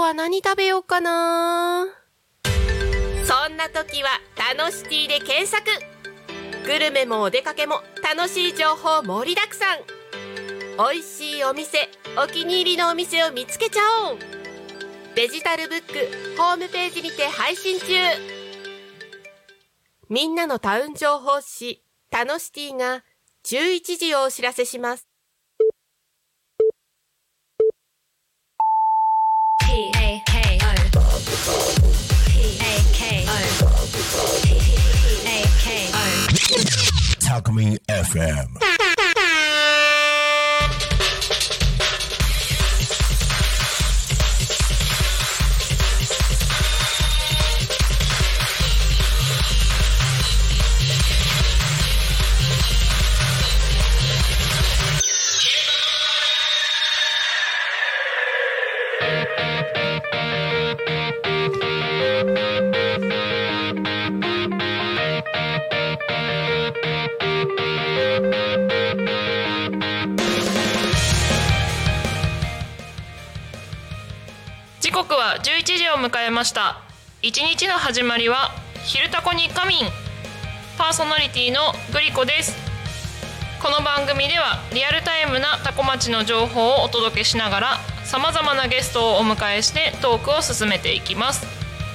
は何食べようかな。そんな時は楽しティで検索。グルメもお出かけも楽しい情報盛りだくさん。おいしいお店、お気に入りのお店を見つけちゃおう。デジタルブックホームページにて配信中。みんなのタウン情報誌タノシティが11時をお知らせします。 タコミン FM。 時刻は11時を迎えました。一日の始まりは昼タコに仮眠。パーソナリティのグリコです。この番組ではリアルタイムなタコ町の情報をお届けしながら、さまざまなゲストをお迎えしてトークを進めていきます。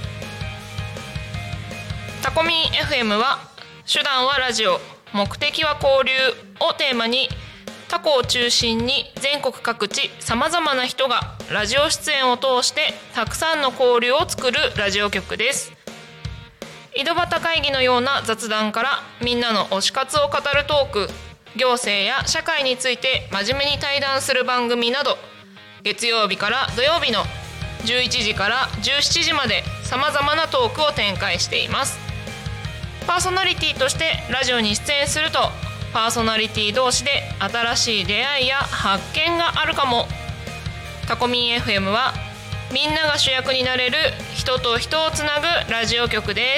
タコミン FM は手段はラジオ、目的は交流をテーマに、タコを中心に全国各地さまざまな人がラジオ出演を通してたくさんの交流を作るラジオ局です。井戸端会議のような雑談からみんなの推し活を語るトーク、行政や社会について真面目に対談する番組など、月曜日から土曜日の11時から17時までさまざまなトークを展開しています。パーソナリティとしてラジオに出演すると、パーソナリティ同士で新しい出会いや発見があるかも。タコミン FM はみんなが主役になれる人と人をつなぐラジオ局です。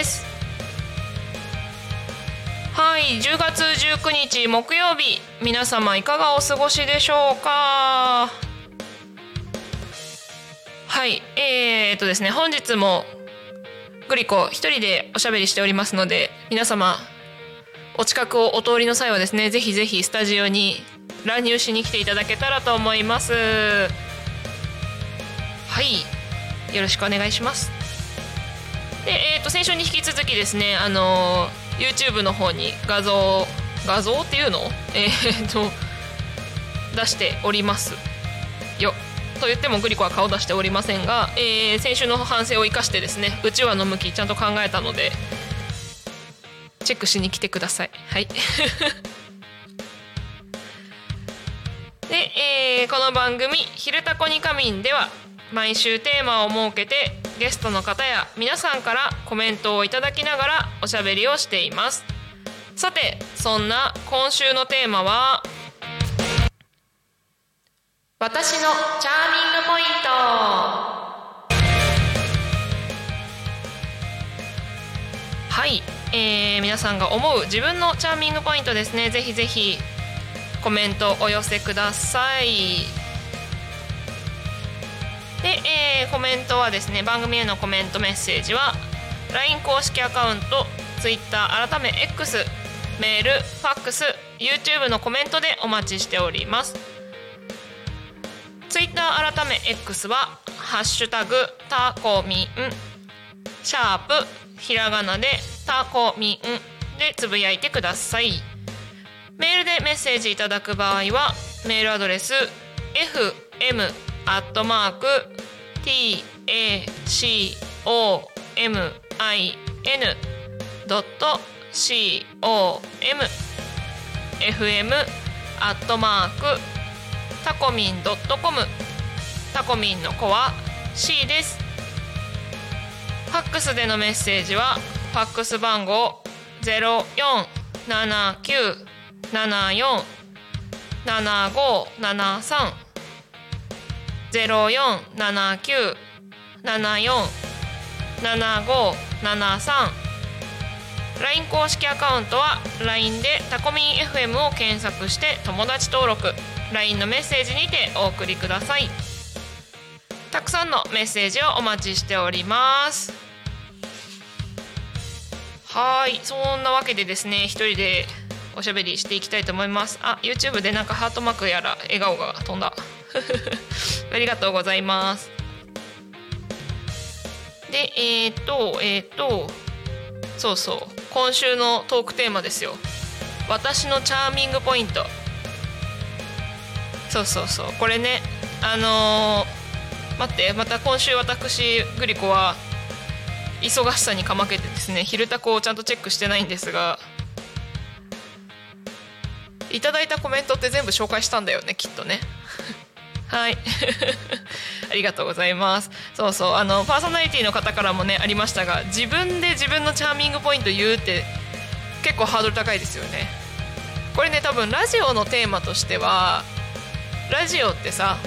はい、10月19日木曜日、皆様いかがお過ごしでしょうか。はい、ですね、本日もグリコ一人でおしゃべりしておりますので、皆様お近くをお通りの際はですね、ぜひぜひスタジオに乱入しに来ていただけたらと思います。はい、よろしくお願いします。で、先週に引き続きですね、YouTube の方に画像っていうの出しておりますよ。と言ってもグリコは顔出しておりませんが、先週の反省を生かしてですね、うちわの向きちゃんと考えたのでチェックしに来てください。はいで、この番組昼タコに仮眠では毎週テーマを設けて、ゲストの方や皆さんからコメントをいただきながらおしゃべりをしています。さて、そんな今週のテーマは、私のチャーミングポイント。はい、皆さんが思う自分のチャーミングポイントですね。ぜひぜひコメントお寄せください。で、コメントはですね、番組へのコメントメッセージは LINE 公式アカウント、Twitter 改め X、メール、ファックス、YouTube のコメントでお待ちしております。Twitter 改め X はハッシュタグタコミン、シャープひらがなでタコミンでつぶやいてください。メールでメッセージいただく場合はメールアドレス fm@tacomin.com fm@ タコミン .com、 タコミンの子は C です。ファックスでのメッセージはファックス番号 0479747573 0479747573。 LINE 公式アカウントは LINE でタコミン FM を検索して友達登録、LINE のメッセージにてお送りください。 たくさんのメッセージをお待ちしております。はい、そんなわけでですね、一人でおしゃべりしていきたいと思います。YouTube でなんかハートマークやら笑顔が飛んだありがとうございます。でそうそう、今週のトークテーマですよ。私のチャーミングポイント。そうこれね、待って、また今週私グリコは忙しさにかまけてですね、昼タコをちゃんとチェックしてないんですが、いただいたコメントって全部紹介したんだよね、きっとねはいありがとうございます。そうそう、パーソナリティの方からもねありましたが、自分で自分のチャーミングポイント言うって結構ハードル高いですよね。これね、多分ラジオのテーマとしては、ラジオってさ、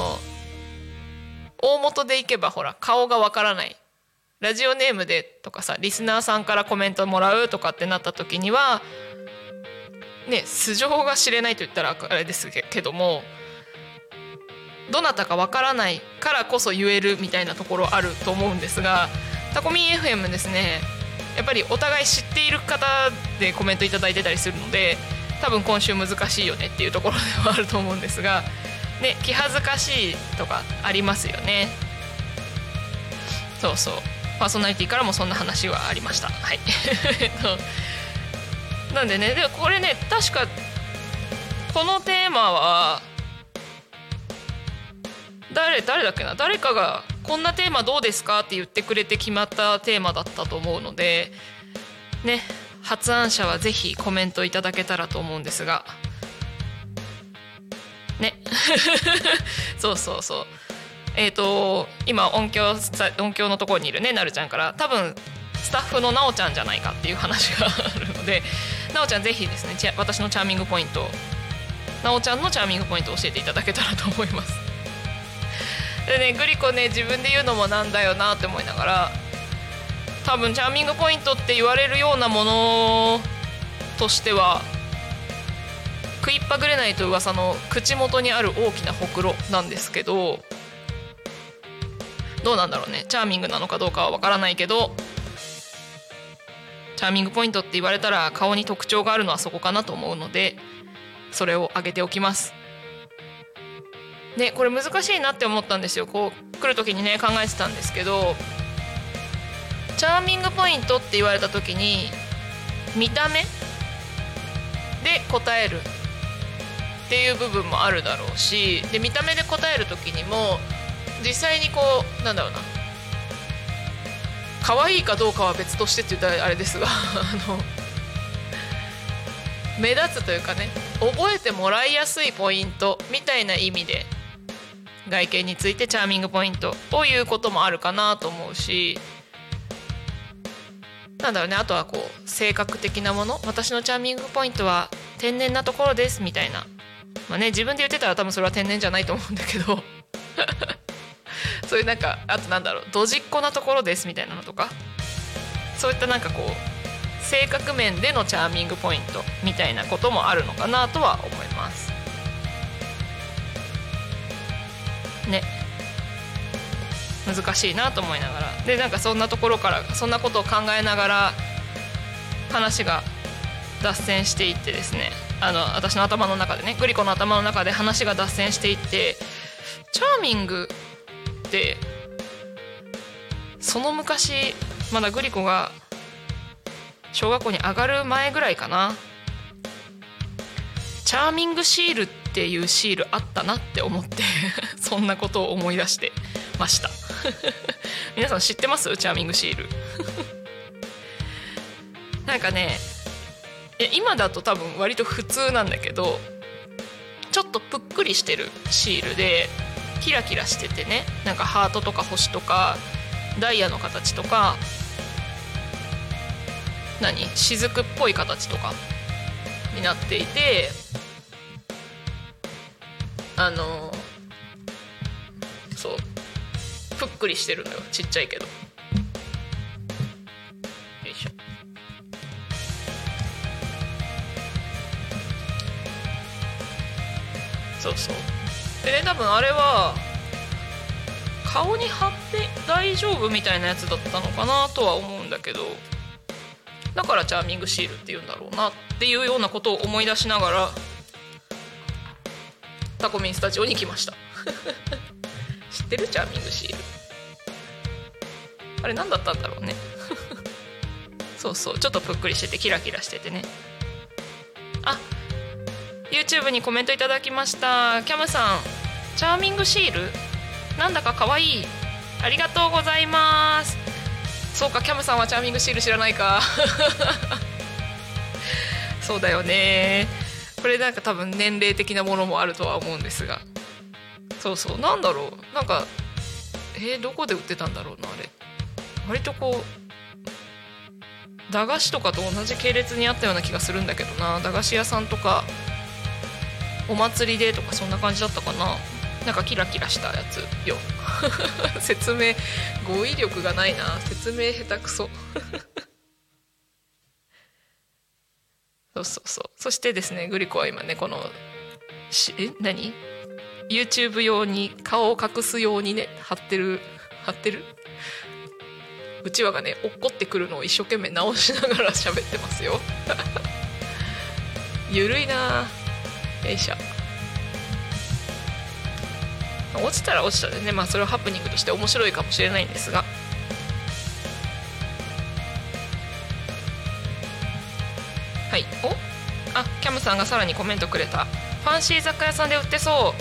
大元でいけばほら顔がわからない、ラジオネームでとかさ、リスナーさんからコメントもらうとかってなった時にはね、素性が知れないと言ったらあれですけども、どなたかわからないからこそ言えるみたいなところあると思うんですが、タコミン FM ですね、やっぱりお互い知っている方でコメントいただいてたりするので、多分今週難しいよねっていうところではあると思うんですが、ね、気恥ずかしいとかありますよね。そうそう、パーソナリティからもそんな話はありました。はいなんでね、でこれね、確かこのテーマは誰だっけな、誰かがこんなテーマどうですかって言ってくれて決まったテーマだったと思うのでね、発案者はぜひコメントいただけたらと思うんですがねそう今音響のところにいるね、なるちゃんから多分スタッフのなおちゃんじゃないかっていう話があるので、なおちゃんぜひですね、私のチャーミングポイント、なおちゃんのチャーミングポイントを教えていただけたらと思います。でね、グリコね、自分で言うのもなんだよなって思いながら、多分チャーミングポイントって言われるようなものとしては、食いっぱぐれないと噂の口元にある大きなほくろなんですけど、どうなんだろうね、チャーミングなのかどうかはわからないけど、チャーミングポイントって言われたら顔に特徴があるのはそこかなと思うので、それを挙げておきます。ね、これ難しいなって思ったんですよ。こう来る時にね考えてたんですけど、チャーミングポイントって言われた時に見た目で答えるっていう部分もあるだろうし、で見た目で答える時にも実際にこうなんだろうな、可愛いかどうかは別としてって言ったらあれですが目立つというかね、覚えてもらいやすいポイントみたいな意味で外見についてチャーミングポイントを言うこともあるかなと思うし、なんだろうね、あとはこう性格的なもの、私のチャーミングポイントは天然なところですみたいな、まあね、自分で言ってたら多分それは天然じゃないと思うんだけどそういうなんか、あとなんだろう、ドジっ子なところですみたいなのとか、そういったなんかこう性格面でのチャーミングポイントみたいなこともあるのかなとは思いますね。難しいなと思いながら、でなんかそんなところからそんなことを考えながら話が脱線していってですね、私の頭の中でね、グリコの頭の中で話が脱線していって、チャーミングってその昔、まだグリコが小学校に上がる前ぐらいかな、チャーミングシールっていうシールあったなって思ってそんなことを思い出してました皆さん知ってます？チャーミングシールなんかね、今だと多分割と普通なんだけど、ちょっとぷっくりしてるシールでキラキラしててね、なんかハートとか星とかダイヤの形とか雫っぽい形とかになっていて、そうぷっくりしてるのよ、ちっちゃいけど。よいしょ。そうそう。でね、多分あれは顔に貼って大丈夫みたいなやつだったのかなとは思うんだけど、だからチャーミングシールっていうんだろうなっていうようなことを思い出しながらタコミンスタジオに来ました知ってる？チャーミングシール、あれ何だったんだろうねそうそう、ちょっとぷっくりしててキラキラしててね。あ、YouTube にコメントいただきました。キャムさん、チャーミングシールなんだかかわいい、ありがとうございます。そうか、キャムさんはチャーミングシール知らないかそうだよね、これなんか多分年齢的なものもあるとは思うんですが、そうそう、なんだろう、なんかどこで売ってたんだろうな、あれ割とこう駄菓子とかと同じ系列にあったような気がするんだけどな。駄菓子屋さんとかお祭りでとかそんな感じだったかな。なんかキラキラしたやつよ説明語彙力がないな、説明下手くそそうそうそう。そしてですね、グリコは今ね、この何 YouTube 用に顔を隠すようにね貼ってるうちわがね落っこってくるのを一生懸命直しながら喋ってますよゆるいな。よいしょ。落ちたら落ちたでね、まあそれはハプニングとして面白いかもしれないんですが、はい。キャムさんがさらにコメントくれた。ファンシー雑貨屋さんで売ってそう。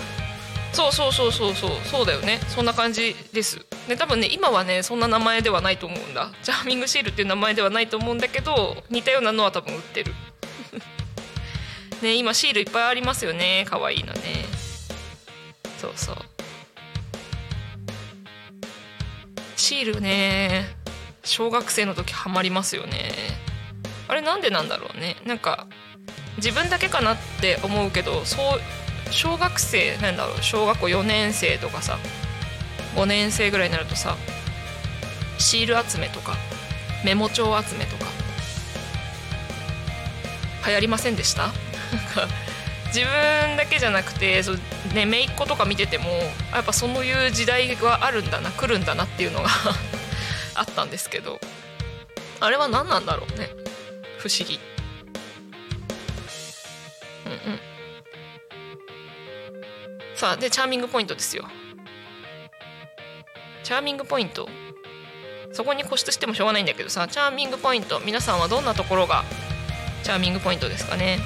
そうだよね、そんな感じですね。多分ね今はねそんな名前ではないと思うんだ。チャーミングシールっていう名前ではないと思うんだけど、似たようなのは多分売ってるね。今シールいっぱいありますよね、かわいいのね。そうそう、シールね、小学生の時ハマりますよね。あれなんでなんだろうね。なんか自分だけかなって思うけど、そう小学生なんだろう、小学校4年生とかさ5年生ぐらいになるとさ、シール集めとかメモ帳集めとか流行りませんでした？自分だけじゃなくてね、姪っ子とか見ててもやっぱそういう時代があるんだな、来るんだなっていうのがあったんですけど、あれは何なんだろうね、不思議。さあ、でチャーミングポイントですよ。チャーミングポイント、そこに固執してもしょうがないんだけどさ、チャーミングポイント、皆さんはどんなところがチャーミングポイントですかね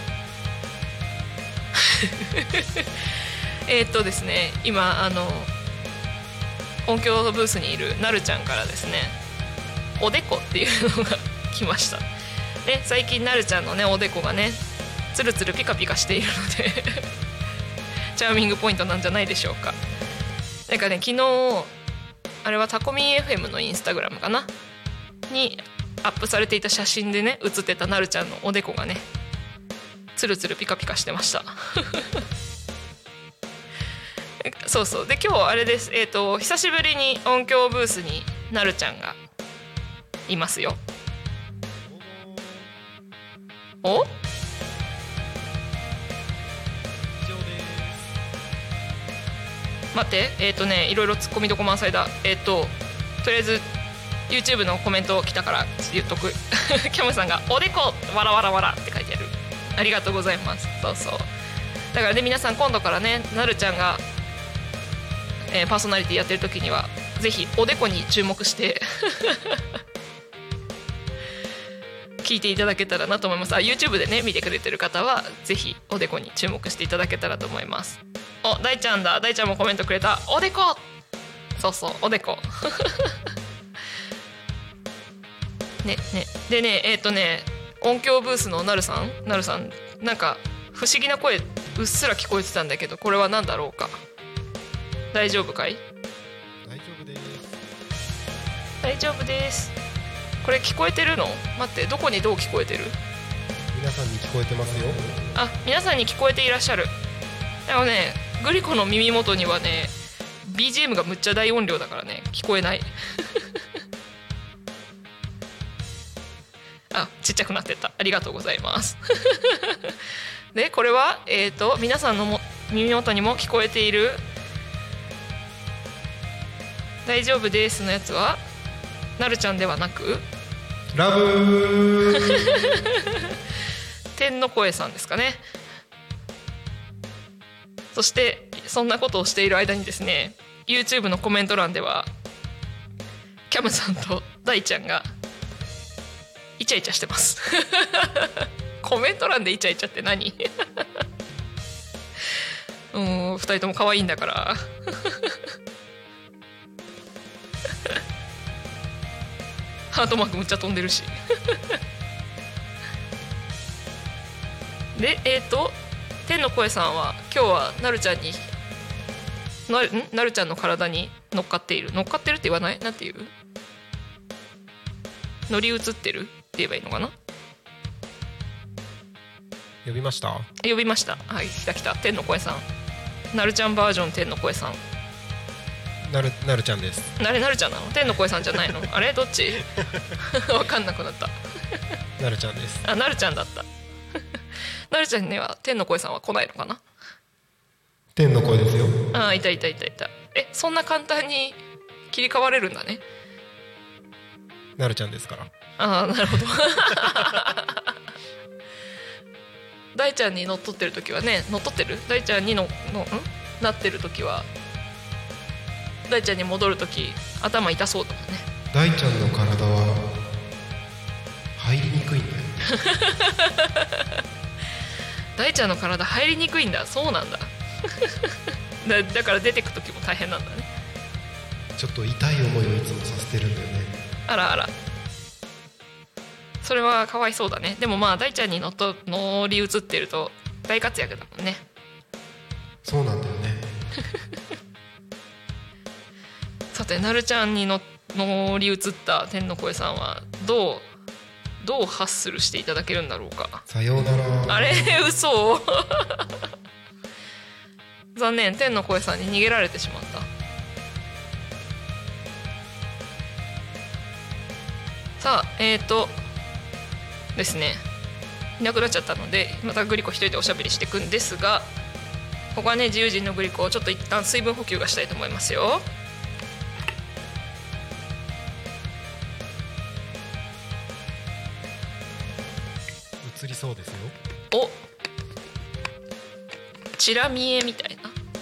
ですね、今音響ブースにいるなるちゃんからですね、おでこっていうのが来ましたね。最近なるちゃんのねおでこがねツルツルピカピカしているのでチャーミングポイントなんじゃないでしょうか。なんかね、昨日あれはタコミン FM のインスタグラムかなにアップされていた写真でね写ってたなるちゃんのおでこがねツルツルピカピカしてましたそうそう。で今日あれです、久しぶりに音響ブースになるちゃんがいますよ。お待って、いろいろツッコミどこ満載だ。とりあえず YouTube のコメント来たから言っとくキャムさんがおでこわらわらわらって書いてある。ありがとうございます。そうそう、だからね皆さん今度からねなるちゃんが、パーソナリティやってる時にはぜひおでこに注目して聞いていただけたらなと思います。YouTube でね見てくれてる方はぜひおでこに注目していただけたらと思います。お、大ちゃんだ、大ちゃんもコメントくれた。おでこ、そうそう、おでこねね、でね音響ブースのなるさんなんか不思議な声うっすら聞こえてたんだけど、これは何だろうか。大丈夫かい？ 大丈夫です。 大丈夫です。これ聞こえてるの？待って、どこにどう聞こえてる？ 皆さんに聞こえてますよ。 あ、皆さんに聞こえていらっしゃる。でもね、グリコの耳元にはね BGM がむっちゃ大音量だからね聞こえないあ、ちっちゃくなってた。ありがとうございますでこれは皆さんの耳元にも聞こえている大丈夫ですのやつはなるちゃんではなくラブ天の声さんですかね。そしてそんなことをしている間にですね YouTube のコメント欄ではキャムさんと大ちゃんがイチャイチャしてますコメント欄でイチャイチャって何2人とも可愛いんだからハートマークむっちゃ飛んでるしで天の声さんは今日はなるちゃんになるちゃんの体に乗っかってるって言わない？なんていう？乗り移ってるって言えばいいのかな？ 呼びました？ 呼びました。はい、来た天の声さん。なるちゃんバージョン天の声さん。 なるちゃんです。 なるちゃんなの？天の声さんじゃないの？あれどっち？わかんなくなった。 なるちゃんです。 あ、なるちゃんだった。なるちゃんには天の声さんは来ないのかな？ 天の声ですよ。 あ、いた。そんな簡単に切り替われるんだね。 なるちゃんですから。 あ、なるほど。大ちゃんに乗っ取ってる時はね、乗っ取ってる？大ちゃんになってる時は大ちゃんに戻る時頭痛そうだもんね。 大ちゃんの体は入りにくいんだよ。 大ちゃんの体入りにくいんだ。そうなんだ。だから出てく時も大変なんだね。 ちょっと痛い思いをいつもさせてるんだよね。 あらそれはかわいそうだね。でもまあ大ちゃんに乗り移ってると大活躍だもんね。 そうなんだよね。 さてなるちゃんに乗り移った天の声さんはどうハッスルしていただけるんだろうか。 さようなら。 あれ嘘残念、天の声さんに逃げられてしまった。さあですね、いなくなっちゃったのでまたグリコ一人でおしゃべりしていくんですが、ここはね自由人のグリコちょっと一旦水分補給がしたいと思いますよ。 映りそうですよ。 お、チラ見えみたいな。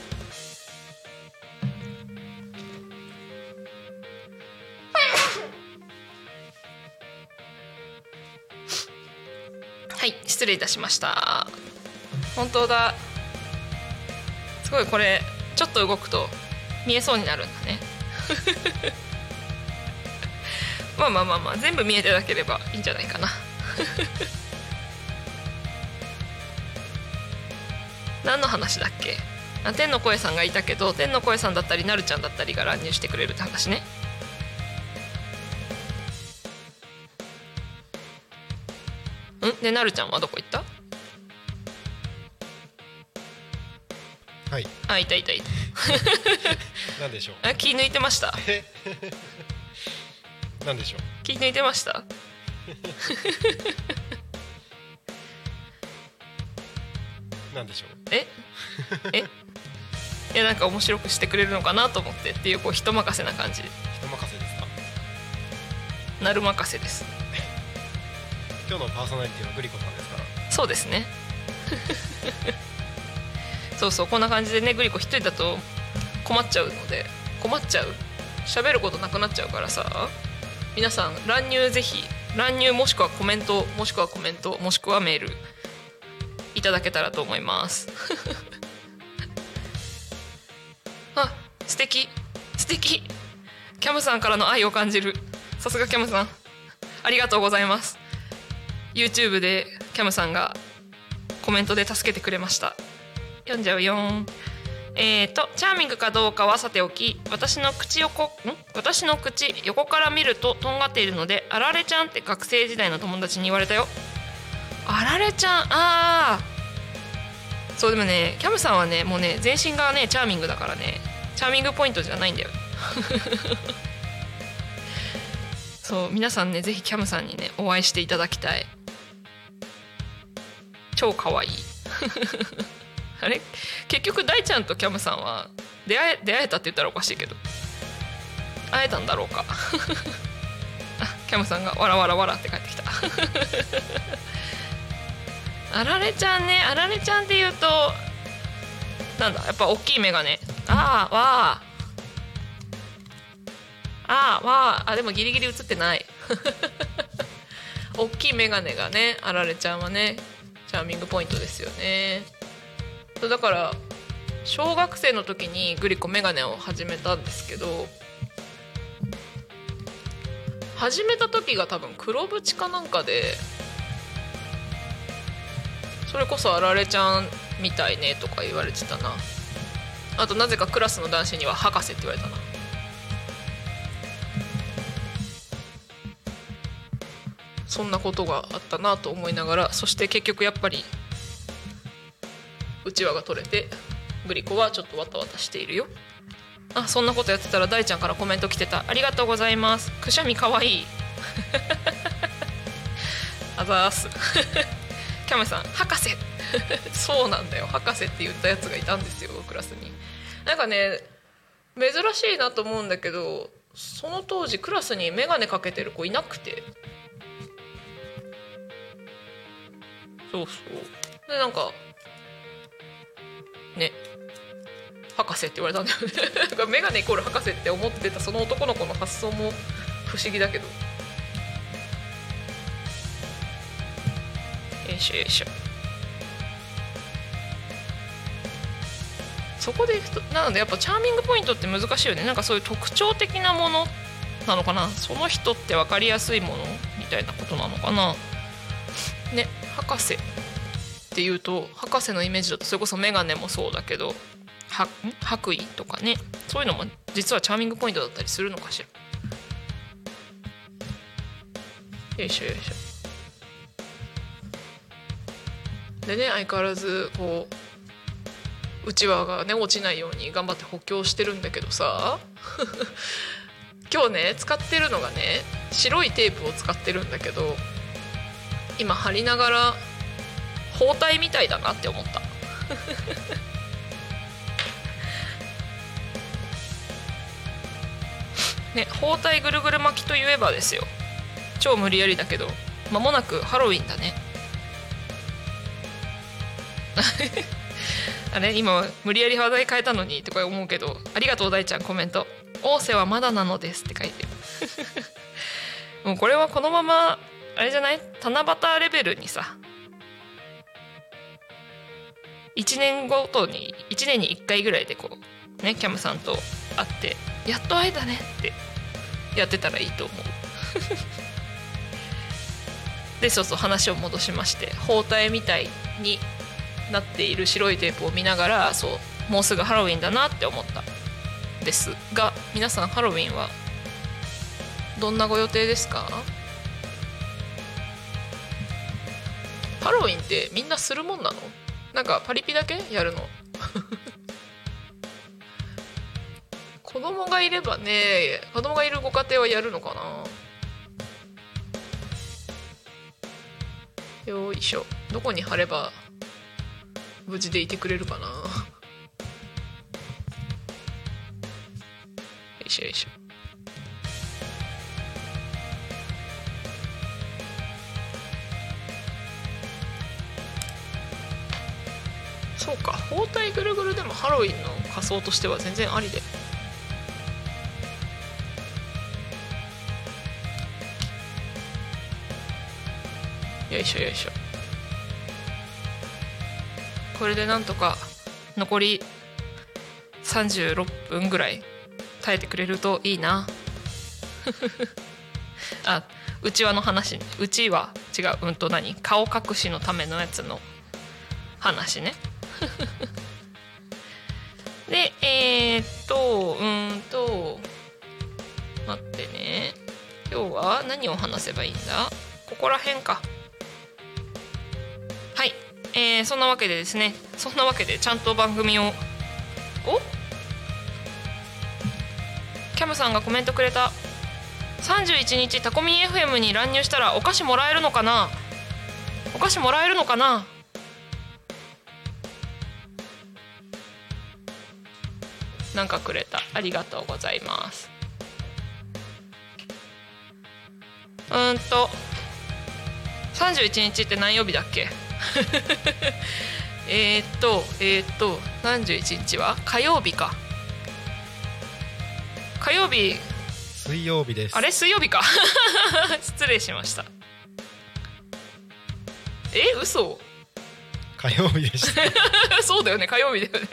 はい、失礼いたしました。本当だ、すごい。これちょっと動くと見えそうになるんだね。まあ全部見えてなければいいんじゃないかな。何の話だっけ？天の声さんがいたけど、天の声さんだったりなるちゃんだったりが乱入してくれるって話ね。でなるちゃんはどこ行った？ はい。 あ、いた。 なんでしょう。 あ、気抜いてました。 なんでしょう。 気抜いてました。 なんでしょう。 いや、なんか面白くしてくれるのかなと思ってっていう、こう人任せな感じ。 人任せですか？ なる任せです。 今日のパーソナリティはグリコさんですから。 そうですね。そうこんな感じでね、グリコ一人だと困っちゃうので、喋ることなくなっちゃうからさ、皆さん乱入ぜひ、乱入もしくはコメントもしくはメールいただけたらと思います。あ、素敵キャムさんからの愛を感じる。さすがキャムさん、ありがとうございます。 YouTube でキャムさんがコメントで助けてくれました。読んじゃうよ。チャーミングかどうかはさておき、私の口横から見るととんがっているので、あられちゃんって学生時代の友達に言われたよ。あられちゃん、そう。でもね、キャムさんはね、もうね全身がねチャーミングだからね、チャーミングポイントじゃないんだよ。そう、皆さんねぜひキャムさんにねお会いしていただきたい。超かわいい。あれ、結局大ちゃんとキャムさんは出会えたって言ったらおかしいけど、 会えたんだろうかキャムさんがわらわらわらって帰ってきたあられちゃんね、あられちゃんって言うとなんだ、やっぱ大きいメガネ、でもギリギリ映ってない大きいメガネがね、あられちゃんはねチャーミングポイントですよね。だから小学生の時にグリコメガネを始めたんですけど、始めた時が多分黒縁かなんかで、それこそあられちゃんみたいねとか言われてたな。あとなぜかクラスの男子には博士って言われたな。そんなことがあったなと思いながら、そして結局やっぱりうちわが取れてグリコはちょっとわたわたしているよ。あ、そんなことやってたら大ちゃんからコメント来てた。ありがとうございます。くしゃみかわいいあざーすキャムさん博士そうなんだよ、博士って言ったやつがいたんですよクラスに。なんかね珍しいなと思うんだけど、その当時クラスに眼鏡かけてる子いなくて、そうそうでなんかね博士って言われたんだよね眼鏡イコール博士って思ってたその男の子の発想も不思議だけど。よいしょよいしょ。そこでいくとなのでやっぱチャーミングポイントって難しいよね。なんかそういう特徴的なものなのかな、その人って分かりやすいものみたいなことなのかなね。博士っていうと博士のイメージだとそれこそメガネもそうだけど白衣とかね、そういうのも実はチャーミングポイントだったりするのかしら。よいしょよいしょ。でね、相変わらずこううちわがね落ちないように頑張って補強してるんだけどさ今日ね使ってるのがね白いテープを使ってるんだけど、今貼りながら包帯みたいだなって思ったね、包帯ぐるぐる巻きといえばですよ、超無理やりだけど間もなくハロウィンだねあれ今無理やり話題変えたのにとか思うけど、ありがとう大ちゃんコメント。仰せはまだなのですって書いてるもうこれはこのままあれじゃない、七夕レベルにさ1年ごとに1年に1回ぐらいでこうねキャムさんと会ってやっと会えたねってやってたらいいと思うでそうそう話を戻しまして、包帯みたいになっている白いテープを見ながら、そうもうすぐハロウィンだなって思ったですが、皆さんハロウィンはどんなご予定ですか？ハロウィンってみんなするもんなの？なんかパリピだけやるの子供がいればね、子供がいるご家庭はやるのかな。よいしょ。どこに貼れば無事でいてくれるかな。よいしょよいしょ。そうか、包帯ぐるぐるでもハロウィンの仮装としては全然ありで。よいしょよいしょ。これでなんとか残り36分ぐらい耐えてくれるといいなあ、うちわの話、うちわ違う、何、顔隠しのためのやつの話ねで待ってね、今日は何を話せばいいんだ。ここら辺か。はい、そんなわけでですね、そんなわけでちゃんと番組をキャムさんがコメントくれた。31日タコミン FM に乱入したらお菓子もらえるのかな。お菓子もらえるのかな。なんかくれた。ありがとうございます。 31日って何曜日だっけ31日は火曜日か。火曜日、 水曜日です。 あれ水曜日か失礼しました。嘘火曜日でしたそうだよね、火曜日だよね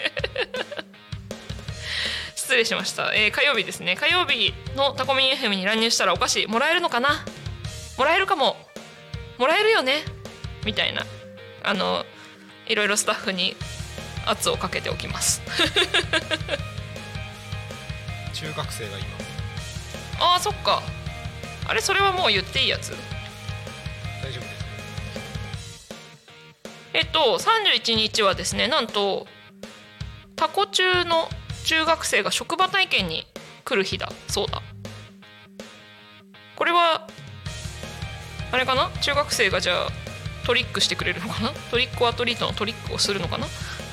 失礼しました、火曜日ですね。火曜日のタコミン FM に乱入したらお菓子もらえるのかな、もらえるかも、もらえるよねみたいな、いろいろスタッフに圧をかけておきます中学生がいます。 あーそっか、あれそれはもう言っていいやつ？ 大丈夫です。 31日はですね、なんとタコ中の中学生が職場体験に来る日だそうだ。これはあれかな、中学生がじゃあトリックしてくれるのかな、トリックオアトリートのトリックをするのかな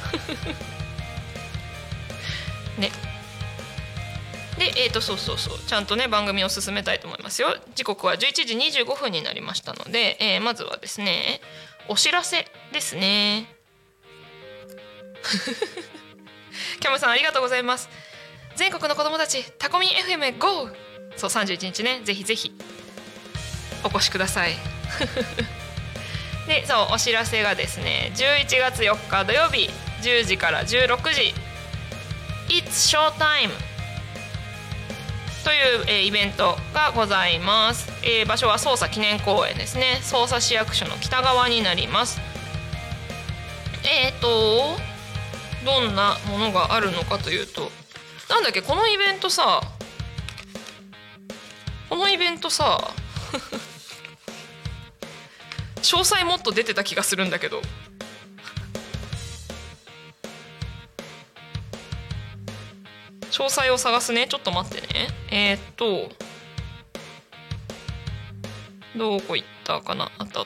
ね。でそうちゃんとね番組を進めたいと思いますよ。時刻は11時25分になりましたので、まずはですねお知らせですねキャムさんありがとうございます。全国の子どもたちタコミン FM へ GO！ そう31日ね、ぜひぜひお越しくださいでそうお知らせがですね、11月4日土曜日10時から16時 It's Showtime という、イベントがございます。場所は捜査記念公園ですね。捜査市役所の北側になります。どんなものがあるのかというと、なんだっけこのイベントさ詳細もっと出てた気がするんだけど、詳細を探すね。ちょっと待ってね。どこ行ったかな。あった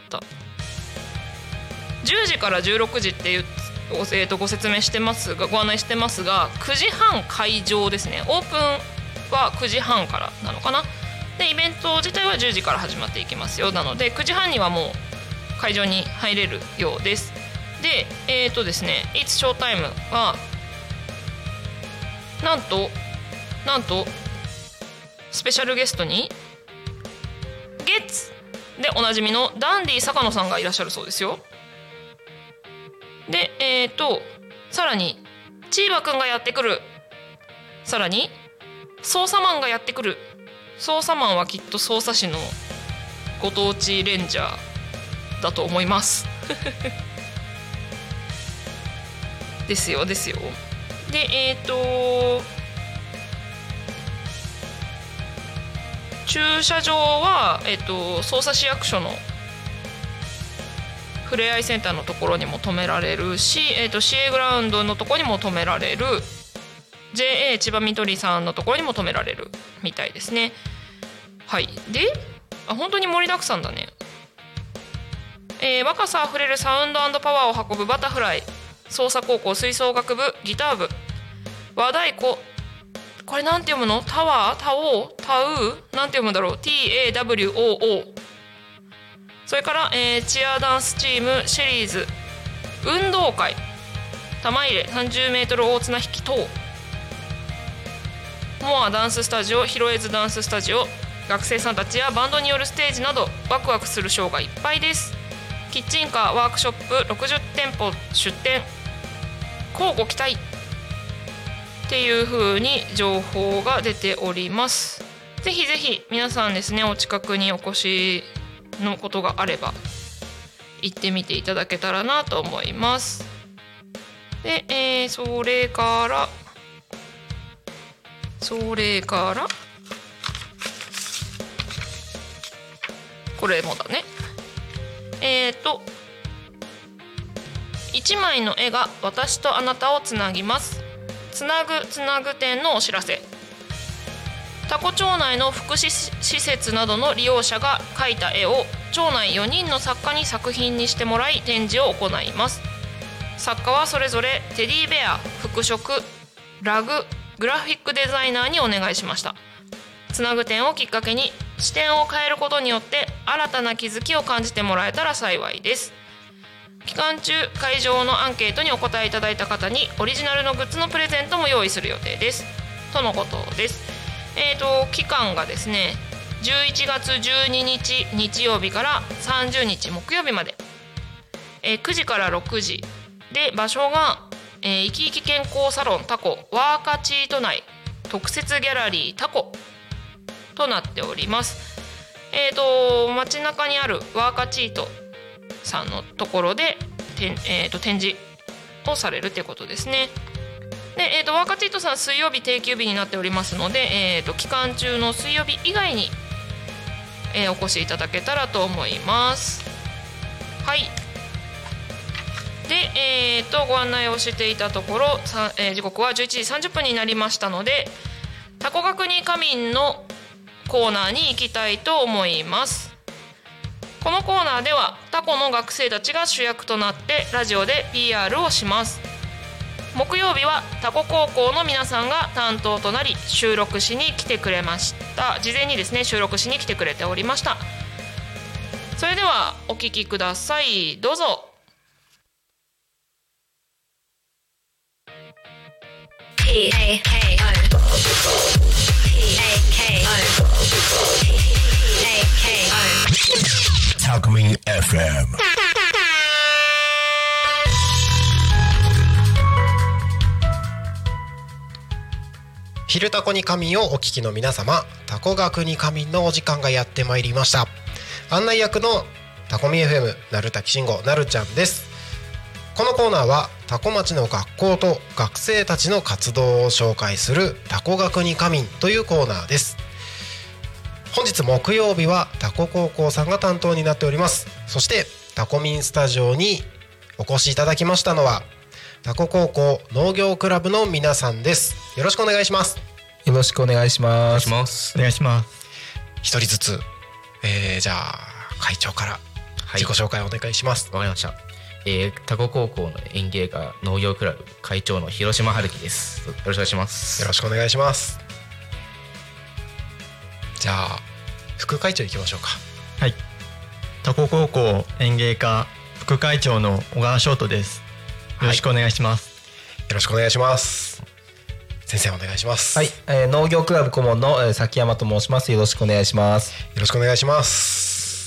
10時から16時っていう、ご説明してますが、ご案内してますが、9時半会場ですね。オープンは9時半からなのかな。でイベント自体は10時から始まっていきますよ。なので9時半にはもう会場に入れるようです。でですね It's Showtime はなんとスペシャルゲストにゲッツでおなじみのダンディ坂野さんがいらっしゃるそうですよ。でさらにチーバくんがやってくる。さらに捜査マンがやってくる。捜査マンはきっと捜査士のご当地レンジャーだと思いますですよ。で駐車場は、捜査市役所のふれあいセンターのところにも止められるし、市営グラウンドのところにも止められる、 JA 千葉みどりさんのところにも止められるみたいですね。はい。で本当に盛りだくさんだね。若さあふれるサウンド&パワーを運ぶバタフライ、捜査高校吹奏楽部ギター部、和太鼓、これなんて読むの？タワー？タオー？タウー？なんて読むんだろう？ TAWOO。 それから、チアダンスチームシェリーズ、運動会、玉入れ 30m 大綱引き等、モアダンススタジオ、ヒロエズダンススタジオ、学生さんたちやバンドによるステージなどワクワクするショーがいっぱいです。キッチンカーワークショップ60店舗出店、乞うご期待っていう風に情報が出ております。ぜひぜひ皆さんですね、お近くにお越しのことがあれば行ってみていただけたらなと思います。で、それからこれもだね。1枚の絵が私とあなたをつなぎます。つなぐ展のお知らせ。タコ町内の福祉施設などの利用者が描いた絵を町内4人の作家に作品にしてもらい展示を行います。作家はそれぞれテディベア、服飾、ラグ、グラフィックデザイナーにお願いしました。つなぐ展をきっかけに視点を変えることによって新たな気づきを感じてもらえたら幸いです。期間中会場のアンケートにお答えいただいた方にオリジナルのグッズのプレゼントも用意する予定ですとのことです。期間がですね11月12日日曜日から30日木曜日まで、9時から6時で、場所が、いきいき健康サロンタコワーカチート内特設ギャラリータコとなっております。街中にあるワーカチートさんのところで展示をされるということですね。で、ワーカチートさん水曜日定休日になっておりますので、期間中の水曜日以外に、お越しいただけたらと思います。はい。で、ご案内をしていたところ、時刻は11時30分になりましたので、タコ学に仮眠のコーナーに行きたいと思います。このコーナーではタコの学生たちが主役となってラジオで PR をします。木曜日はタコ高校の皆さんが担当となり収録しに来てくれました。事前にですね収録しに来てくれておりました。それではお聞きください。どうぞ。 タコミン FM。 昼タコに仮眠をお聞きの皆様、タコ学に仮眠のお時間がやってまいりました。案内役のタコミ FM なるたきしんごなるちゃんです。このコーナーはタコ町の学校と学生たちの活動を紹介するタコ学に仮眠というコーナーです。本日木曜日はタコ高校さんが担当になっております。そしてタコミンスタジオにお越しいただきましたのはタコ高校農業クラブの皆さんです。よろしくお願いします。 よろしくお願いします。 お願いします。 お願いします。 一人ずつ、じゃあ会長から自己紹介をお願いします。 わかりました。タコ高校の園芸科農業クラブ会長の広島春樹です。よろしくお願いします。 よろしくお願いします。じゃあ副会長いきましょうか。 はい。タコ高校園芸科副会長の小川翔人です。よろしくお願いします。 よろしくお願いします。先生お願いします。 はい、農業クラブ顧問の崎山と申します。よろしくお願いします。 よろしくお願いします。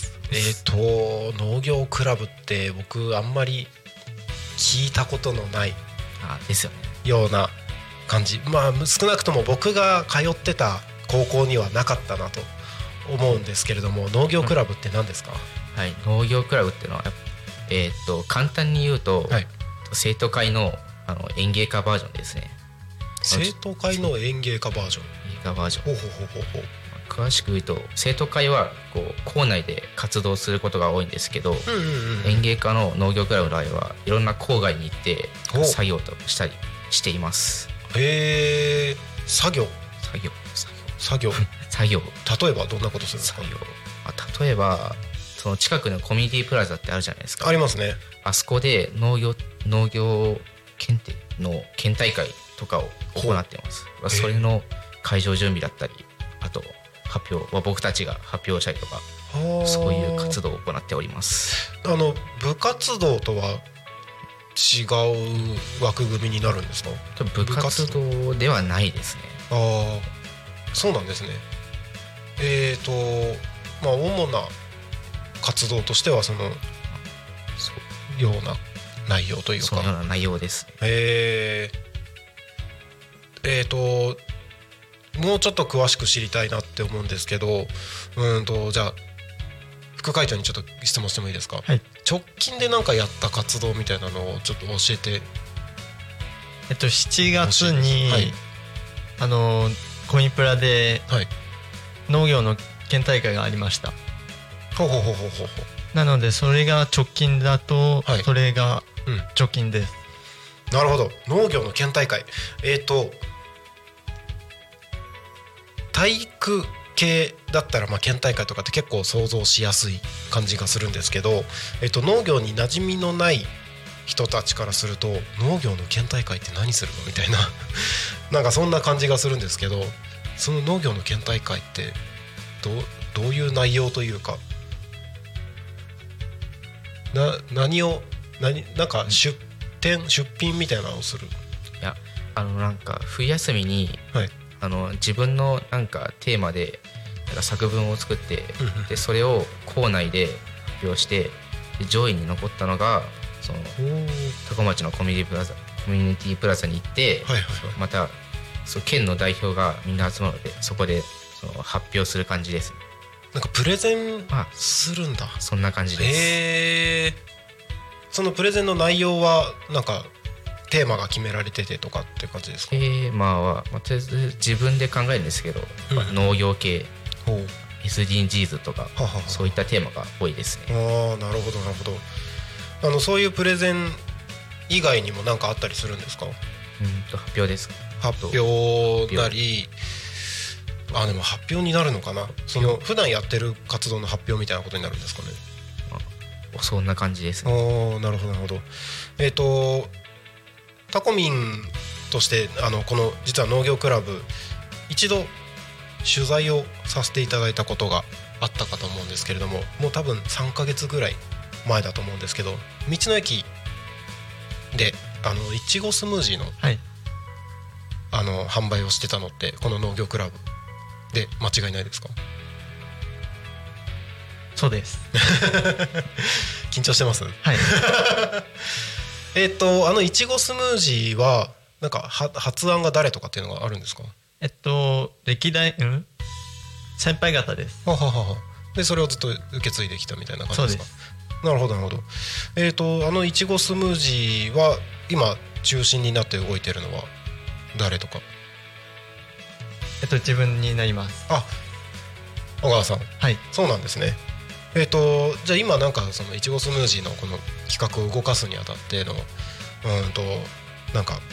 農業クラブって僕あんまり聞いたことのないですよねような感じ。まあ少なくとも僕が通ってた高校にはなかったなと思うんですけれども、農業クラブって何ですか？ はい、農業クラブっていうのは簡単に言うと、はい、生徒会の園芸科バージョンですね。 生徒会の園芸科バージョン。 詳しく言うと生徒会は校内で活動することが多いんですけど、園芸科の農業クラブの場合はいろんな郊外に行って作業としたりしています。 へえ。作業例えばどんなことするんですか？ 例えばその近くのコミュニティプラザってあるじゃないですか。 ありますね。 あそこで農業検定の県大会とかを行っています。それの会場準備だったり、あと発表は僕たちが発表したりとか、そういう活動を行っております。 部活動とは違う枠組みになるんですか？ 部活動ではないですね。 ああ、そうなんですね。主な活動としてはそのような内容というか、 そのような内容です。 もうちょっと詳しく知りたいなって思うんですけど、じゃあ副会長にちょっと質問してもいいですか？ はい。 直近で何かやった活動みたいなのをちょっと教えて。 7月に、はい、コミプラで農業の県大会がありました。なのでそれが直近だと、はい、それが直近です。 なるほど。農業の県大会、体育系だったら県大会とかって結構想像しやすい感じがするんですけど、農業に馴染みのない人たちからすると農業の県大会って何するのみたいななんかそんな感じがするんですけど、その農業の県大会ってどういう内容というか、なんか出品みたいなのをする。 いやなんか冬休みに、 はい、 自分のなんかテーマでなんか作文を作って、でそれを校内で発表して、で上位に残ったのがその多古町のコミュニティプラザに行って、はいはいはい、また県の代表がみんな集まるので、そこでその発表する感じですね。 なんかプレゼンするんだ。 そんな感じです。 そのプレゼンの内容はなんかテーマが決められててとかって感じですか？ とりあえず自分で考えるんですけど、農業系、SDGs とかそういったテーマが多いですね。 なるほどなるほど。そういうプレゼン以外にも何かあったりするんですか？ 発表ですか？ 発表なり、でも発表になるのかな。その普段やってる活動の発表みたいなことになるんですかね？ そんな感じですね。 なるほどなるほど。タコミンとしてこの実は農業クラブ一度取材をさせていただいたことがあったかと思うんですけれども、もう多分3ヶ月ぐらい前だと思うんですけど、道の駅でいちごスムージーの、はい、販売をしてたのってこの農業クラブで間違いないですか？ そうです緊張してます？ はいいちごスムージーはなんか発案が誰とかっていうのがあるんですか？ 歴代先輩方です。 でそれをずっと受け継いできたみたいな感じですか？ そうです。 なるほどなるほど。いちごスムージーは今中心になって動いてるのは誰とか？ 自分になります。 小川さん。 はい。 そうなんですね。じゃあ今なんかそのいちごスムージーのこの企画を動かすにあたってのなんか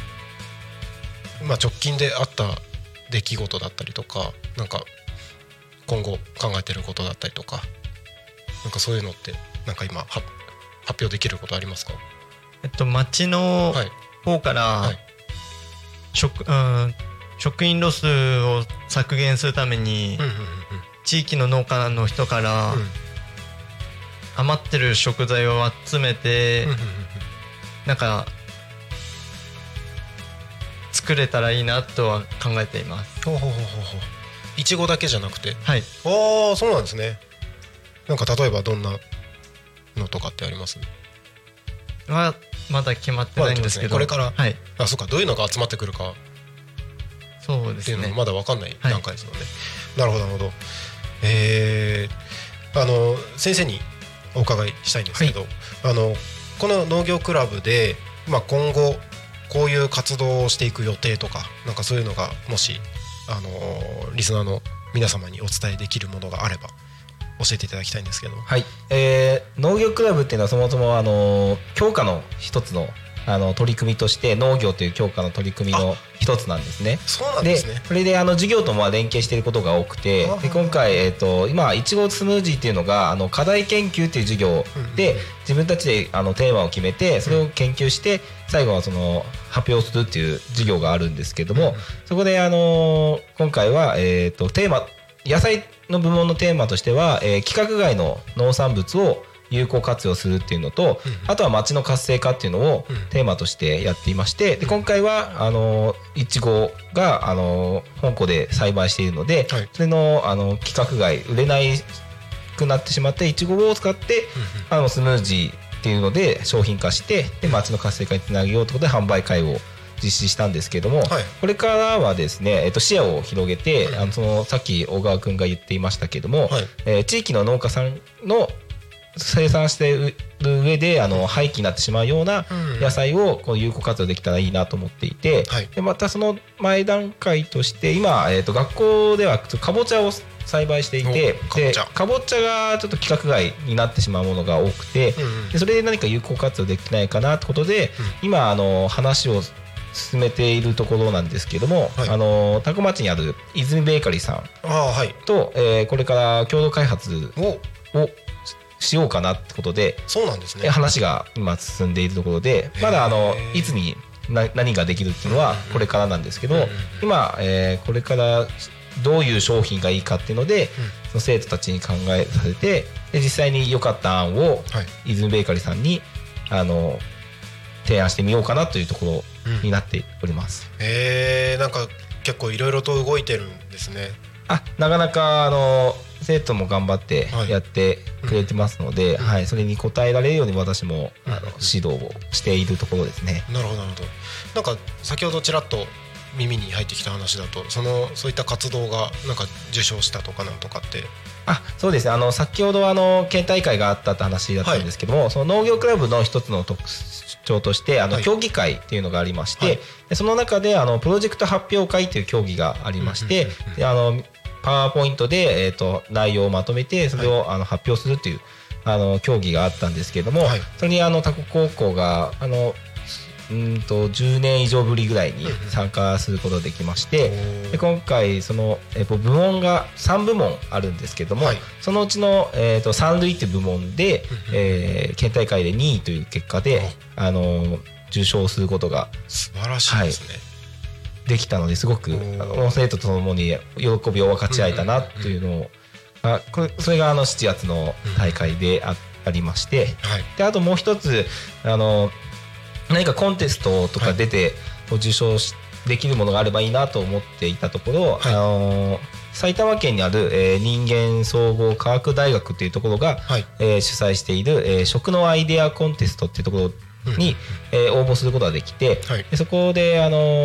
直近であった出来事だったりとか、なんか今後考えてることだったりとか、なんかそういうのってなんか今発表できることありますか？ 町の方から、はい、食品ロスを削減するために、地域の農家の人から余ってる食材を集めてなんか作れたらいいなとは考えています。 いちごだけじゃなくて？ はい。 そうなんですね。なんか例えばどんなのとかってあります？ まだ決まってないんですけど、 これから、 はい、 そうか、どういうのが集まってくるかそうですね、 っていうのもまだ分かんない段階ですよね。なるほどなるほど。先生にお伺いしたいんですけど、この農業クラブで、今後こういう活動をしていく予定とか、なんかそういうのがもしリスナーの皆様にお伝えできるものがあれば教えていただきたいんですけど。 はい、農業クラブっていうのはそもそも強化の一つの取り組みとして農業という強化の取り組みの一つなんですね。 そうなんですね。 でそれで授業とも連携していることが多くて、で今回、今いちごスムージーっていうのが課題研究っていう授業で、自分たちでテーマを決めてそれを研究して最後はその発表するっていう授業があるんですけども、そこで今回は、テーマ野菜の部門のテーマとしては、規格外の農産物を有効活用するっていうのと、あとは町の活性化っていうのをテーマとしてやっていまして、で今回はいちごが本校で栽培しているので、それの規格外売れないくなってしまっていちごを使ってスムージーっていうので商品化して、で町の活性化につなげようということで販売会を実施したんですけども、これからはですね、視野を広げて、さっき小川くんが言っていましたけども、地域の農家さんの生産している上で廃棄になってしまうような野菜を有効活用できたらいいなと思っていて、でまたその前段階として今、学校ではかぼちゃを栽培していて、でかぼちゃがちょっと規格外になってしまうものが多くて、でそれで何か有効活用できないかなってことで、今話を進めているところなんですけども、多古町にある泉ベーカリーさんと、これから共同開発をしようかなってことで、 そうなんですね、 話が今進んでいるところで、まだいつに何ができるっていうのはこれからなんですけど、今、これからどういう商品がいいかっていうので、その生徒たちに考えさせて、で実際に良かった案を泉ベーカリーさんに提案してみようかなというところになっております。 なんか結構いろいろと動いてるんですね。 なかなか生徒も頑張ってやってくれてますので、それに応えられるように私も指導をしているところですね。 なるほどなるほど。なんか先ほどちらっと耳に入ってきた話だと、そういった活動がなんか受賞したとかなんとかって。 そうですね。先ほど県大会があったって話だったんですけども、その農業クラブの一つの特徴として競技会っていうのがありまして、でその中でプロジェクト発表会という競技がありまして、でパワーポイントで内容をまとめてそれを発表するという競技があったんですけれども、それに多古高校が10年以上ぶりぐらいに参加することができまして、で今回その部門が3部門あるんですけども、そのうちの三類という部門で県大会で2位という結果で受賞することが素晴らしいですね。 できたので、すごく生徒とともに喜びを分かち合えたなというのを、それが7月の大会でありまして、であともう一つ何かコンテストとか出て受賞できるものがあればいいなと思っていたところ、埼玉県にある人間総合科学大学というところが主催している食のアイデアコンテストっていうところに応募することができて、でそこで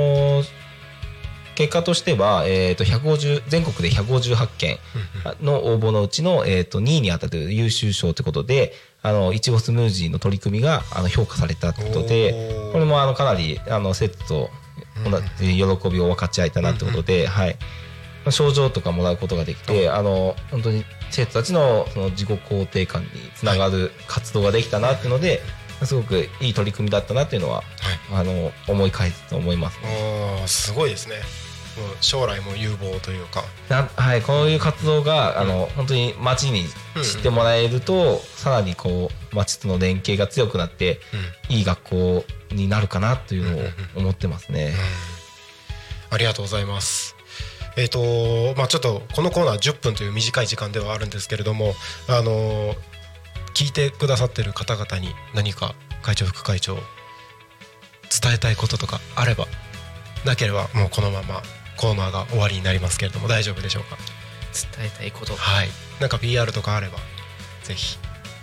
結果としては全国で158件の応募のうちの2位に当たる優秀賞ということで、いちごスムージーの取り組みが評価されたということで、これもかなり生徒と喜びを分かち合えたなということで、賞状とかもらうことができて、本当に生徒たちのその自己肯定感につながる活動ができたなっていうので、すごくいい取り組みだったなっていうのは思い返すと思いますね。 すごいですね。もう将来も有望というか、 こういう活動が本当に町に知ってもらえると、さらに町との連携が強くなって、いい学校になるかなというのを思ってますね。 ありがとうございます。ちょっとこのコーナー10分という短い時間ではあるんですけれども、聞いてくださってる方々に何か会長副会長伝えたいこととかあれば、なければもうこのままコーナーが終わりになりますけれども、大丈夫でしょうか。 伝えたいこと、 なんか PR とかあればぜひ。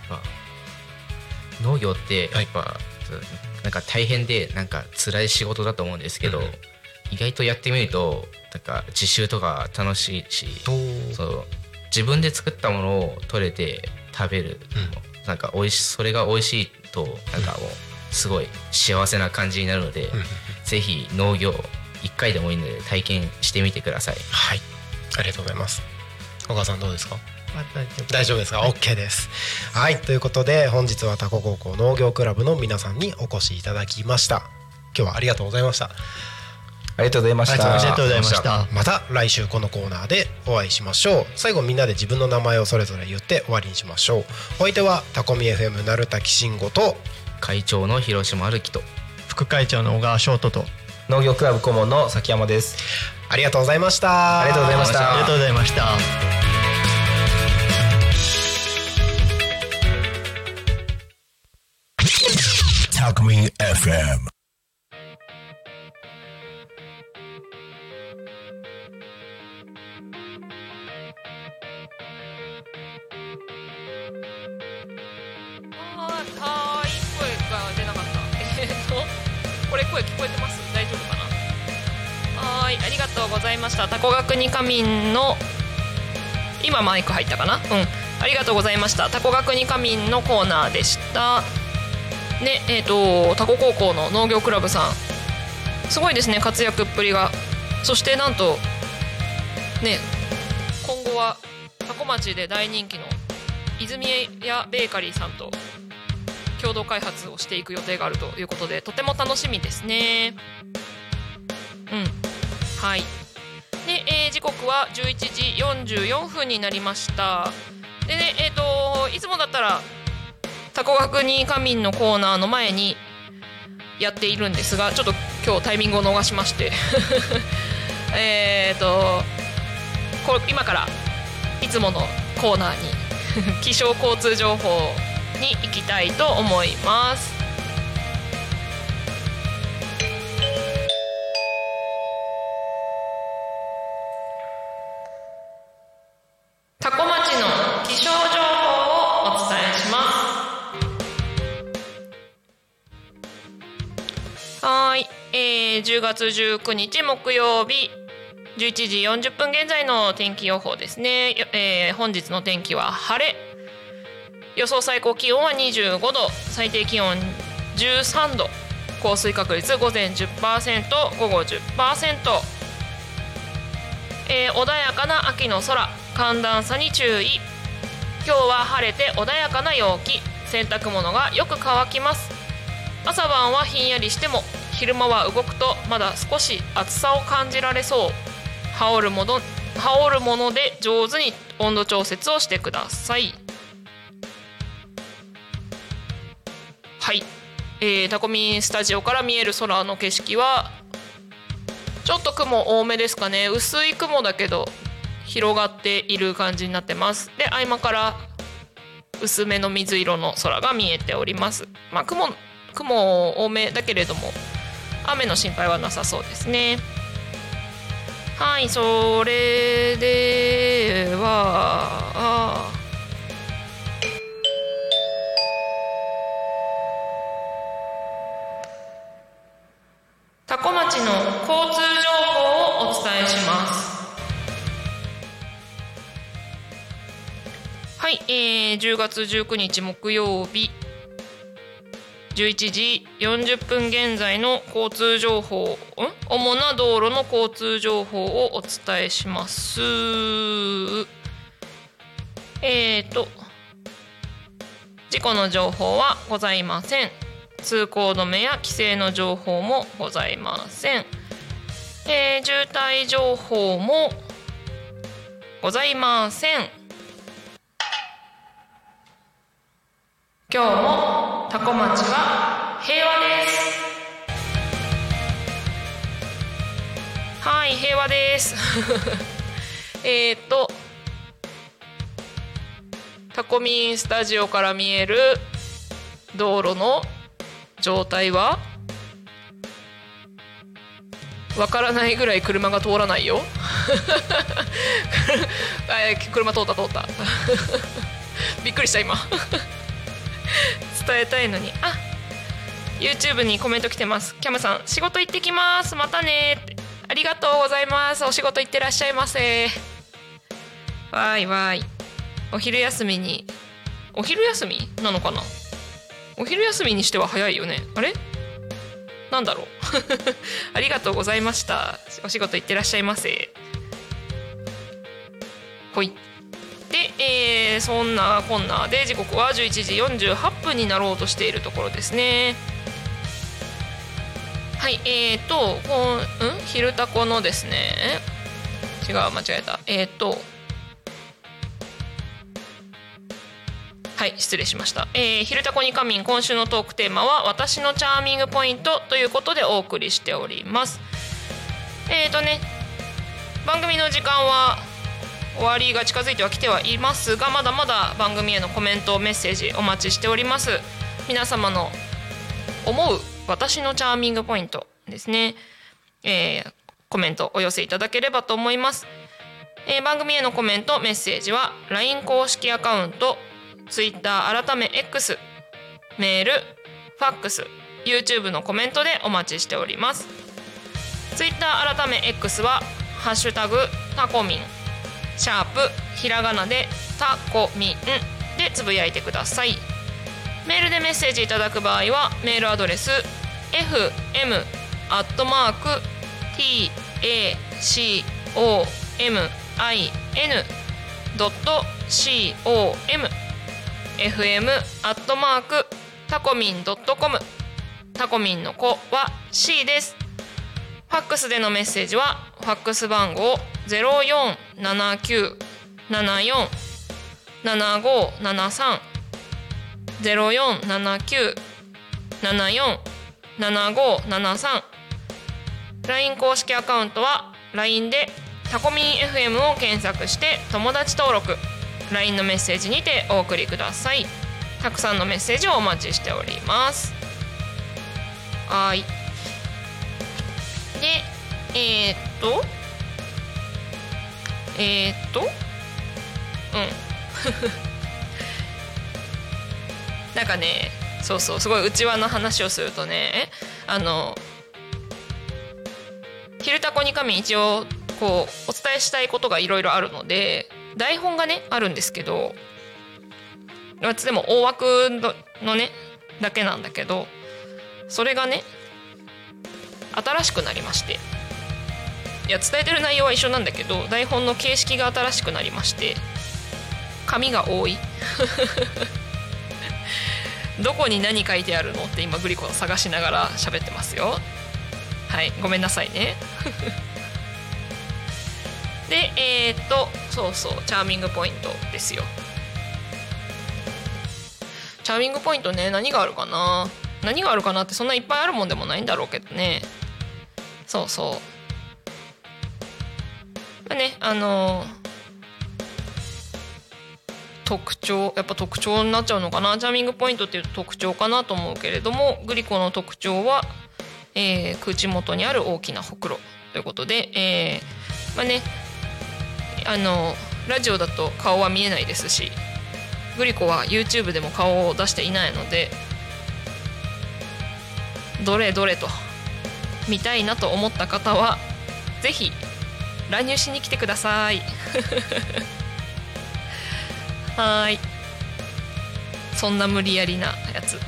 農業ってやっぱなんか大変でなんか辛い仕事だと思うんですけど、意外とやってみるとなんか自習とか楽しいし、自分で作ったものを取れて食べる、なんかそれが美味しいとなんかもうすごい幸せな感じになるので、ぜひ農業1回でもいいので体験してみてください。 ありがとうございます。小川さんどうですか。大丈夫ですか。 OK です。ということで本日は多古高校農業クラブの皆さんにお越しいただきました。今日はありがとうございました。 ありがとうございました。 ありがとうございました。 また来週このコーナーでお会いしましょう。最後みんなで自分の名前をそれぞれ言って終わりにしましょう。お相手はタコミ FM 鳴滝慎吾と会長の広島歩と副会長の小川翔人と農業クラブ顧問の崎山です。 ありがとうございました。 ありがとうございました。 ありがとうございました。 タコミ FM。 声が出なかった。これ声聞こえてます？大丈夫かな？ありがとうございました。タコ学二課民の今マイク入ったかな？ありがとうございました。タコ学二課民のコーナーでした。ね、タコ高校の農業クラブさん、すごいですね、活躍っぷりが。そしてなんとね、今後はタコ町で大人気の泉屋ベーカリーさんと共同開発をしていく予定があるということで、とても楽しみですね。はい。で、時刻は11時44分になりました。でね、いつもだったらタコ学二課民のコーナーの前にやっているんですが、ちょっと今日タイミングを逃しまして今からいつものコーナーに気象交通情報に行きたいと思います。多古町の気象情報をお伝えします。はい、10月19日木曜日11時40分現在の天気予報ですね。本日の天気は晴れ、予想最高気温は25度、最低気温13度、降水確率午前 10%、午後 10%、穏やかな秋の空、寒暖差に注意。今日は晴れて穏やかな陽気、洗濯物がよく乾きます。朝晩はひんやりしても昼間は動くとまだ少し暑さを感じられそう。羽織るもので上手に温度調節をしてください。はい、タコミンスタジオから見える空の景色はちょっと雲多めですかね。薄い雲だけど広がっている感じになってます。で、合間から薄めの水色の空が見えております。まあ、雲多めだけれども雨の心配はなさそうですね。はい、それでは多古町の交通情報をお伝えします。はい、10月19日木曜日11時40分現在の交通情報、主な道路の交通情報をお伝えします。事故の情報はございません。通行止めや規制の情報もございません。渋滞情報もございません。今日も多古町は平和です。はい、平和ですタコミンスタジオから見える道路の状態はわからないぐらい車が通らないよ車通ったびっくりした今伝えたいのに。YouTube にコメント来てます。キャムさん、仕事行ってきます、またねって。ありがとうございます。お仕事行ってらっしゃいませ。わーいわーい。お昼休みなのかな。お昼休みにしては早いよね。あれなんだろうありがとうございました。お仕事行ってらっしゃいませ。ほい。で、そんなこんなで時刻は11時48分になろうとしているところですね。はい、昼タコのですね、間違えた。はい、失礼しました。昼タコに仮眠、今週のトークテーマは私のチャーミングポイントということでお送りしております。番組の時間は終わりが近づいてはきてはいますが、まだまだ番組へのコメントメッセージお待ちしております。皆様の思う私のチャーミングポイントですね、コメントお寄せいただければと思います。番組へのコメントメッセージは LINE 公式アカウント、Twitter 改め X、メール、ファックス、YouTube のコメントでお待ちしております。 Twitter 改め X はハッシュタグタコミンシャープひらがなでタコミンでつぶやいてください。メールでメッセージいただく場合はメールアドレス fm@tacomin.com fm@tacomin.com タコミンの子は C です。ファックスでのメッセージはファックス番号 0479747573 0479747573 LINE 公式アカウントは LINE でタコミン FM を検索して友達登録、 LINE のメッセージにてお送りください。たくさんのメッセージをお待ちしております。はい。でなんかね、そうそう、すごい内輪の話をするとね、昼タコに神一応こうお伝えしたいことがいろいろあるので、台本がねあるんですけど、でも大枠のねだけなんだけど、それがね新しくなりまして、いや伝えてる内容は一緒なんだけど、台本の形式が新しくなりまして、紙が多いどこに何書いてあるのって今グリコを探しながら喋ってますよ。はい、ごめんなさいねでそうそう、チャーミングポイントですよ。チャーミングポイントね、何があるかなってそんないっぱいあるもんでもないんだろうけどね。そうそうね、特徴になっちゃうのかな。チャーミングポイントっていうと特徴かなと思うけれども、グリコの特徴は、口元にある大きなほくろということで、ラジオだと顔は見えないですし、グリコは YouTube でも顔を出していないので、どれどれと見たいなと思った方はぜひ乱入しに来てくださいはい、そんな無理やりなやつ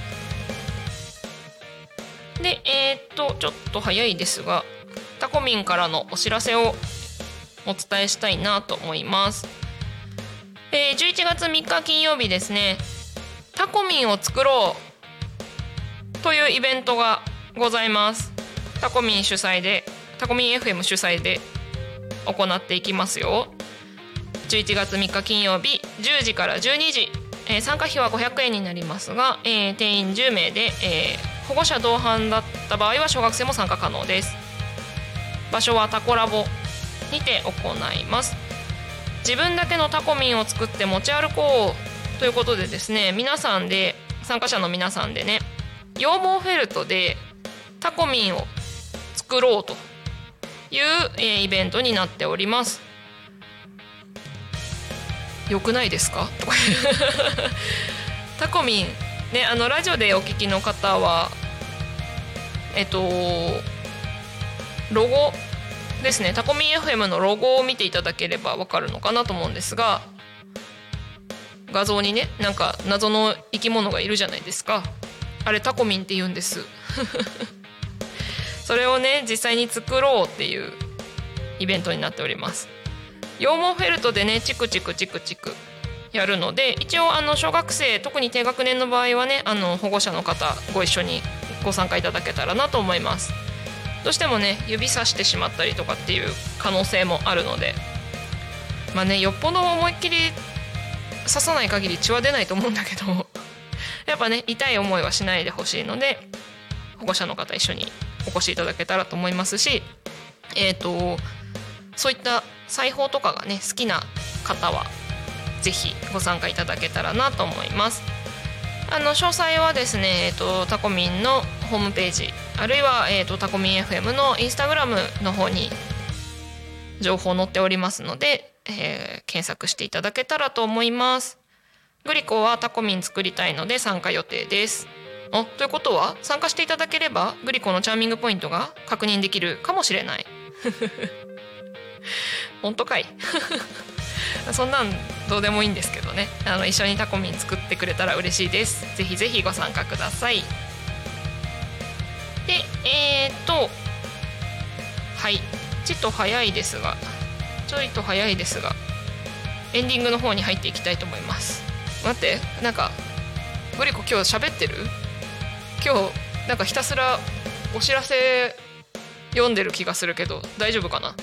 で、ちょっと早いですが、タコミンからのお知らせをお伝えしたいなと思います。11月3日金曜日ですね、タコミンを作ろうというイベントがございます。タコミン FM 主催で行っていきますよ。11月3日金曜日10時から12時、参加費は500円になりますが、定員10名で、保護者同伴だった場合は小学生も参加可能です。場所はタコラボにて行います。自分だけのタコミンを作って持ち歩こうということでですね、参加者の皆さんでね、羊毛フェルトでタコミンを作ろうという、イベントになっております。よくないですかタコミンね、ラジオでお聞きの方はロゴですね、タコミン FM のロゴを見ていただければ分かるのかなと思うんですが、画像にね、なんか謎の生き物がいるじゃないですか。あれタコミンって言うんですそれをね実際に作ろうっていうイベントになっております。羊毛フェルトでねチクチクやるので、一応小学生、特に低学年の場合はね、保護者の方ご一緒にご参加いただけたらなと思います。どうしてもね指さしてしまったりとかっていう可能性もあるので、よっぽど思いっきり刺さない限り血は出ないと思うんだけどやっぱね痛い思いはしないでほしいので、保護者の方一緒にお越しいただけたらと思いますし、そういった裁縫とかがね好きな方はぜひご参加いただけたらなと思います。詳細はですね、タコミンのホームページ、あるいは、タコミン FM のインスタグラムの方に情報載っておりますので、検索していただけたらと思います。グリコはタコミン作りたいので参加予定です。ということは参加していただければグリコのチャーミングポイントが確認できるかもしれない本当かいそんなんどうでもいいんですけどね、一緒にタコミン作ってくれたら嬉しいです。ぜひぜひご参加ください。ではいちょいと早いですがエンディングの方に入っていきたいと思います。待って、なんかグリコ今日喋ってる？今日なんかひたすらお知らせ読んでる気がするけど大丈夫かな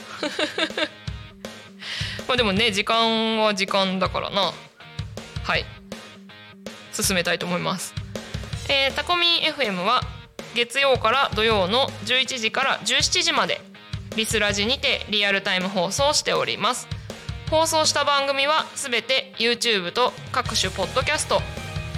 でもね時間は時間だからな。はい、進めたいと思います。タコミン FM は月曜から土曜の11時から17時までリスラジにてリアルタイム放送しております。放送した番組はすべて YouTube と各種ポッドキャスト、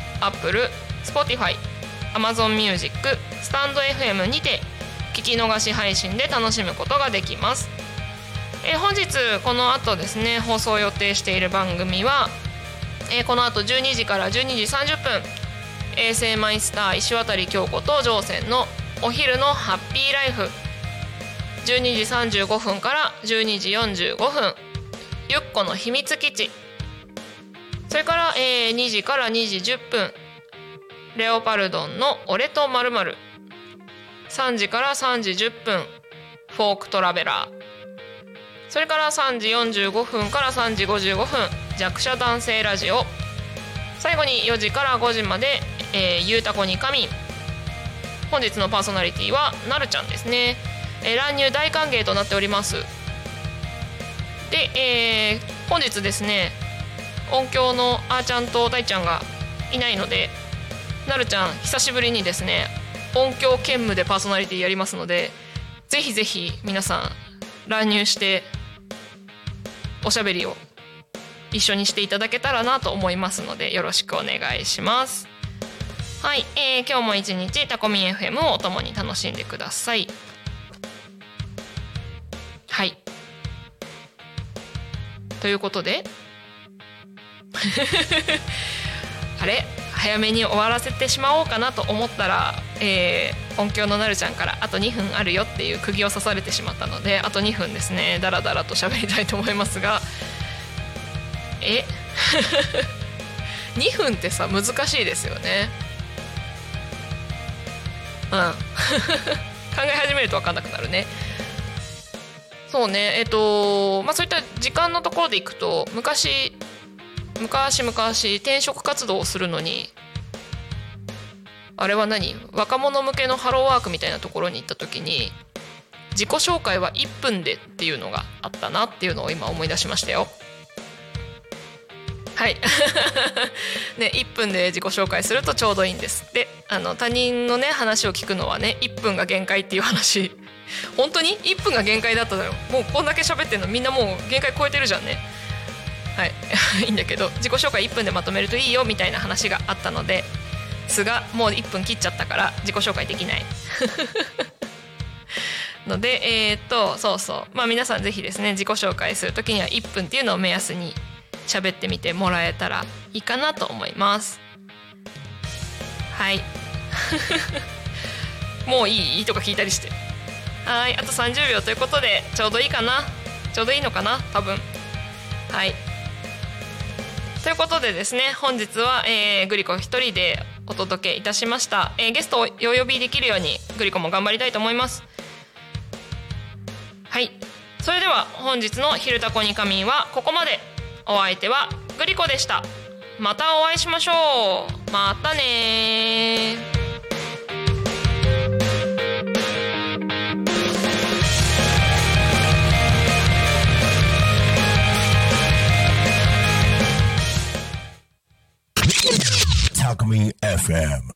Apple、Spotify、Amazon Music、スタンド FM にて聞き逃し配信で楽しむことができます。本日この後ですね、放送予定している番組は、この後12時から12時30分、衛星マイスター石渡京子と乗船のお昼のハッピーライフ、12時35分から12時45分ゆっこの秘密基地、それから、2時から2時10分レオパルドンの俺と〇〇、3時から3時10分フォークトラベラー、それから3時45分から3時55分弱者男性ラジオ、最後に4時から5時まで、ゆうたこにかみん。本日のパーソナリティはなるちゃんですね。乱入大歓迎となっております。で、本日ですね、音響のあーちゃんと大ちゃんがいないので、なるちゃん久しぶりにですね、音響兼務でパーソナリティやりますので、ぜひぜひ皆さん乱入しておしゃべりを一緒にしていただけたらなと思いますので、よろしくお願いします。はい、今日も一日タコミン FM をお共に楽しんでください。はい、ということであれ早めに終わらせてしまおうかなと思ったら、音響のなるちゃんからあと2分あるよっていう釘を刺されてしまったので、あと2分ですね、だらだらと喋りたいと思いますが、2分ってさ難しいですよね。考え始めると分かんなくなるね。そうね、そういった時間のところでいくと、昔転職活動をするのに、あれは若者向けのハローワークみたいなところに行った時に、自己紹介は1分でっていうのがあったなっていうのを今思い出しましたよ。はいね、1分で自己紹介するとちょうどいいんですって。他人のね話を聞くのはね、1分が限界っていう話本当に1分が限界だったのよ。もうこんだけ喋ってんのみんなもう限界超えてるじゃんね。はいいいんだけど、自己紹介1分でまとめるといいよみたいな話があったのですが、もう1分切っちゃったから自己紹介できないので、そう皆さんぜひですね、自己紹介するときには1分っていうのを目安に喋ってみてもらえたらいいかなと思います。はいもういいとか聞いたりして、はい、あと30秒ということでちょうどいいかな、ちょうどいいのかな多分。はい、ということでですね、本日は、グリコ一人でお届けいたしました。ゲストをお呼びできるようにグリコも頑張りたいと思います。はい、それでは本日の昼タコに仮眠はここまで。お相手はグリコでした。またお会いしましょう。またね。 Talk Me FM